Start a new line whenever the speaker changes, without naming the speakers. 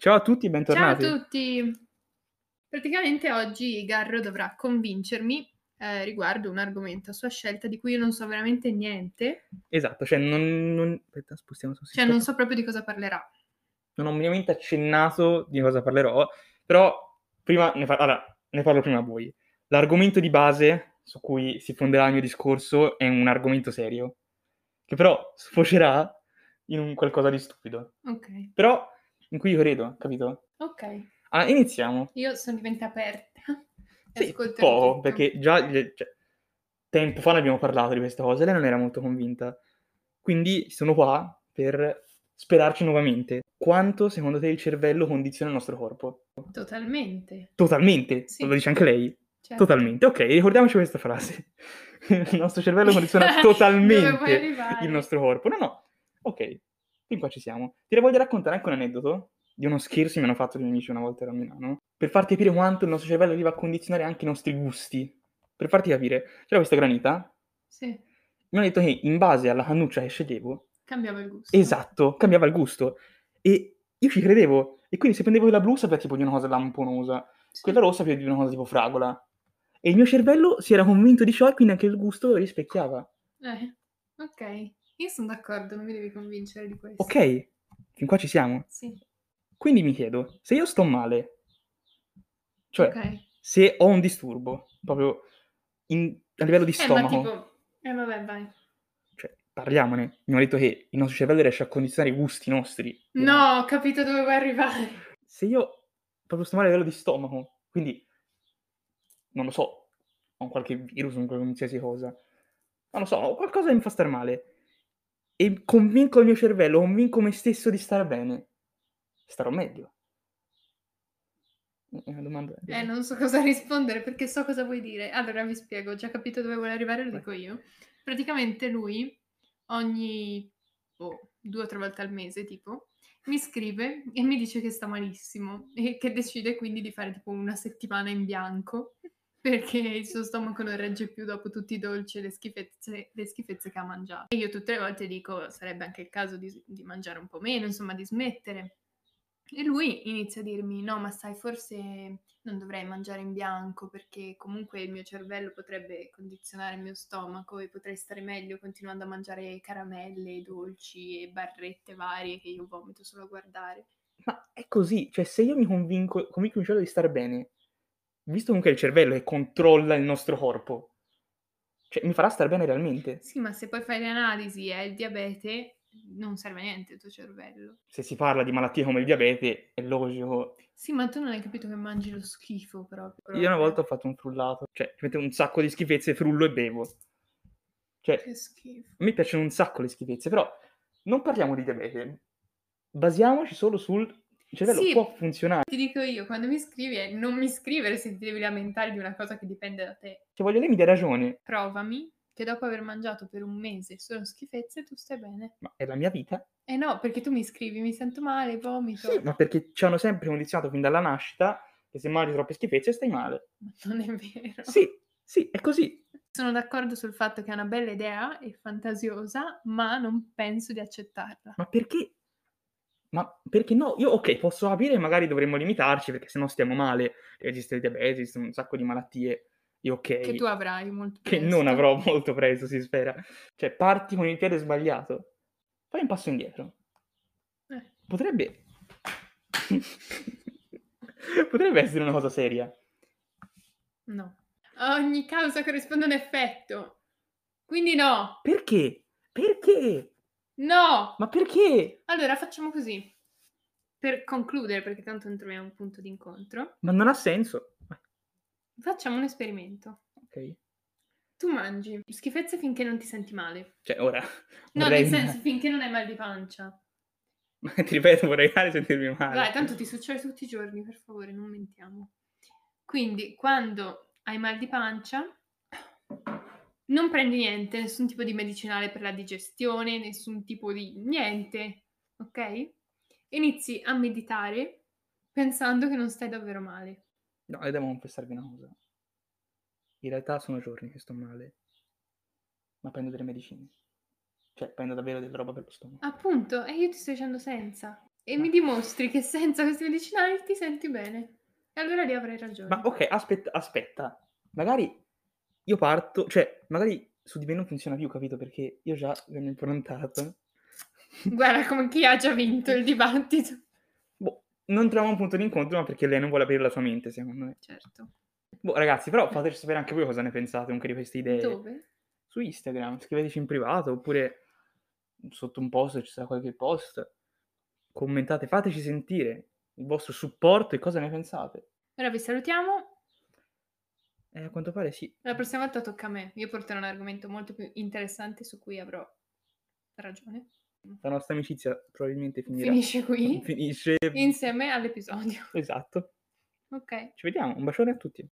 Ciao a tutti e
Ciao a
bentornati.
tutti! Praticamente oggi Garro dovrà convincermi, riguardo un argomento a sua scelta di cui io non so veramente niente,
Esatto, cioè non aspetta, spostiamo su si
cioè non
stop.
so proprio di cosa parlerà.
Non ho minimamente accennato di cosa parlerò, però ne parlo prima a voi. L'argomento di base su cui si fonderà il mio discorso è un argomento serio, che però sfocerà in un qualcosa di stupido,
Okay,
però in cui io credo, capito?
okay.
Iniziamo.
Io son di mente aperta e
Sì,
ascolterò
poco,
tutto.
perché già cioè, tempo fa ne abbiamo parlato di queste cose, lei non era molto convinta. Quindi sono qua per spiegarci nuovamente. Quanto secondo te il cervello condiziona il nostro corpo?
Totalmente.
Totalmente, lo
Sì,
dice anche lei?
certo.
Totalmente, okay, ricordiamoci questa frase. Il nostro cervello condiziona
Dove vuoi
totalmente il
arrivare?
nostro corpo. No, no, okay, fin qua ci siamo. Ti voglio raccontare anche un aneddoto di uno scherzo che mi hanno fatto dei miei amici una volta ero a Milano, per farti capire quanto il nostro cervello arriva a condizionare anche i nostri gusti. Per farti capire, c'era questa granita,
Sì,
mi hanno detto che in base alla cannuccia che sceglievo
cambiava il gusto.
esatto, cambiava il gusto. E io ci credevo. E quindi se prendevo quella blu sapeva tipo di una cosa lamponosa, quella
Sì.
rossa sapeva di una cosa tipo fragola. E il mio cervello si era convinto di ciò e quindi anche il gusto lo rispecchiava.
Okay. Io son d'accordo, non mi devi convincere di questo.
Okay, fin qua ci siamo.
Sì,
Quindi mi chiedo, se io sto male, cioè
okay.
se ho un disturbo proprio a livello di
Ma
stomaco,
tipo vabbè vai.
cioè parliamone, mi hanno detto che il nostro cervello riesce a condizionare i gusti nostri.
No, ho capito dove vuoi arrivare.
Se io proprio sto male a livello di stomaco, quindi non lo so, ho qualche virus, un qualsiasi cosa, non lo so, ho qualcosa che mi fa star male e convinco il mio cervello, convinco me stesso di star bene, starò meglio. È una domanda
Non so cosa rispondere perché so cosa vuoi dire. Allora vi spiego, ho già capito dove vuoi arrivare, lo
vai.
dico io. Praticamente lui ogni, 2 o 3 volte al mese tipo, mi scrive e mi dice che sta malissimo e che decide quindi di fare tipo una settimana in bianco, perché il suo stomaco non regge più dopo tutti i dolci e le schifezze che ha mangiato. E io tutte le volte dico: "Sarebbe anche il caso di mangiare un po' meno, insomma di smettere". E lui inizia a dirmi: "No, ma sai forse non dovrei mangiare in bianco perché comunque il mio cervello potrebbe condizionare il mio stomaco e potrei stare meglio continuando a mangiare caramelle, dolci e barrette varie che io vomito solo a guardare".
Ma è così, cioè se io convinco il cervello di star bene, visto comunque è il cervello che controlla il nostro corpo, cioè mi farà star bene realmente.
Sì, ma se poi fai le analisi e hai il diabete, non serve a niente il tuo cervello.
Se si parla di malattie come il diabete, è logico.
Sì, ma tu non hai capito che mangi lo schifo
Io una
proprio.
volta ho fatto un frullato, cioè ci mettevo un sacco di schifezze, frullo e bevo. Cioè,
Che schifo.
a me piacciono un sacco le schifezze, però non parliamo di diabete, basiamoci solo sul il cervello
Sì,
può funzionare.
ti dico io, quando mi scrivi non mi scrivere se ti devi lamentare di una cosa che dipende da te.
Cioè voglio lei mi dà ragione,
Provami che dopo aver mangiato per un mese solo schifezze tu stai bene.
ma è la mia vita.
Eh no, perché tu mi scrivi: "Mi sento male,
Sì,
vomito".
ma perché ci hanno sempre condizionato fin dalla nascita che se mangi troppe schifezze stai male.
Ma non è vero.
Sì, sì, è così.
Sono d'accordo sul fatto che è una bella idea e fantasiosa, ma non penso di accettarla.
Ma perché ma perché no? Io okay, posso capire che magari dovremmo limitarci perché se no stiamo male, esiste il diabete, esistono un sacco di malattie e
Che tu
okay,
avrai molto
che non
presto.
avrò molto presto si spera. Cioè parti con il piede sbagliato, fai un passo indietro.
Eh,
Potrebbe potrebbe essere una cosa seria.
no. A ogni causa corrisponde un effetto. Quindi no.
Perché? Perché?
No!
Ma perché?
Allora facciamo così, per concludere, perché tanto non troviamo un punto d'incontro,
Ma non ha senso.
facciamo un esperimento.
Okay.
Tu mangi schifezze finché non ti senti male.
Cioè ora
No, nel
vorrei
senso finché non hai mal di pancia.
ma ti ripeto, vorrei male sentirmi
Dai,
male.
tanto ti succede tutti i giorni, per favore, non mentiamo. Quindi, quando hai mal di pancia, non prendi niente, nessun tipo di medicinale per la digestione, nessun tipo di niente, okay, inizi a meditare pensando che non stai davvero male.
No, io devo confessarvi una cosa. In realtà sono giorni che sto male, ma prendo delle medicine. Cioè prendo davvero della roba per lo stomaco.
Appunto, e io ti sto dicendo senza. e
Ma
mi dimostri che senza questi medicinali ti senti bene. E allora lì avrai
ma
ragione.
okay, aspetta. Magari io parto cioè, magari su di me non funziona più, capito, perché io già sono improntato.
Guarda come chi ha già vinto il dibattito.
Boh, non troviamo un punto d'incontro, ma perché lei non vuole aprire la sua mente, secondo me.
Certo.
Boh, ragazzi, però fateci sapere anche voi cosa ne pensate comunque di queste idee
Dove?
su Instagram. Scriveteci in privato oppure sotto un post, se ci sarà qualche post. Commentate, fateci sentire il vostro supporto e cosa ne pensate.
Ora vi salutiamo.
A quanto pare sì.
La prossima volta tocca a me. Io porterò un argomento molto più interessante su cui avrò ragione.
La nostra amicizia probabilmente finirà.
Finisce qui
Finisce
insieme all'episodio.
esatto.
Okay.
Ci vediamo, un bacione a tutti.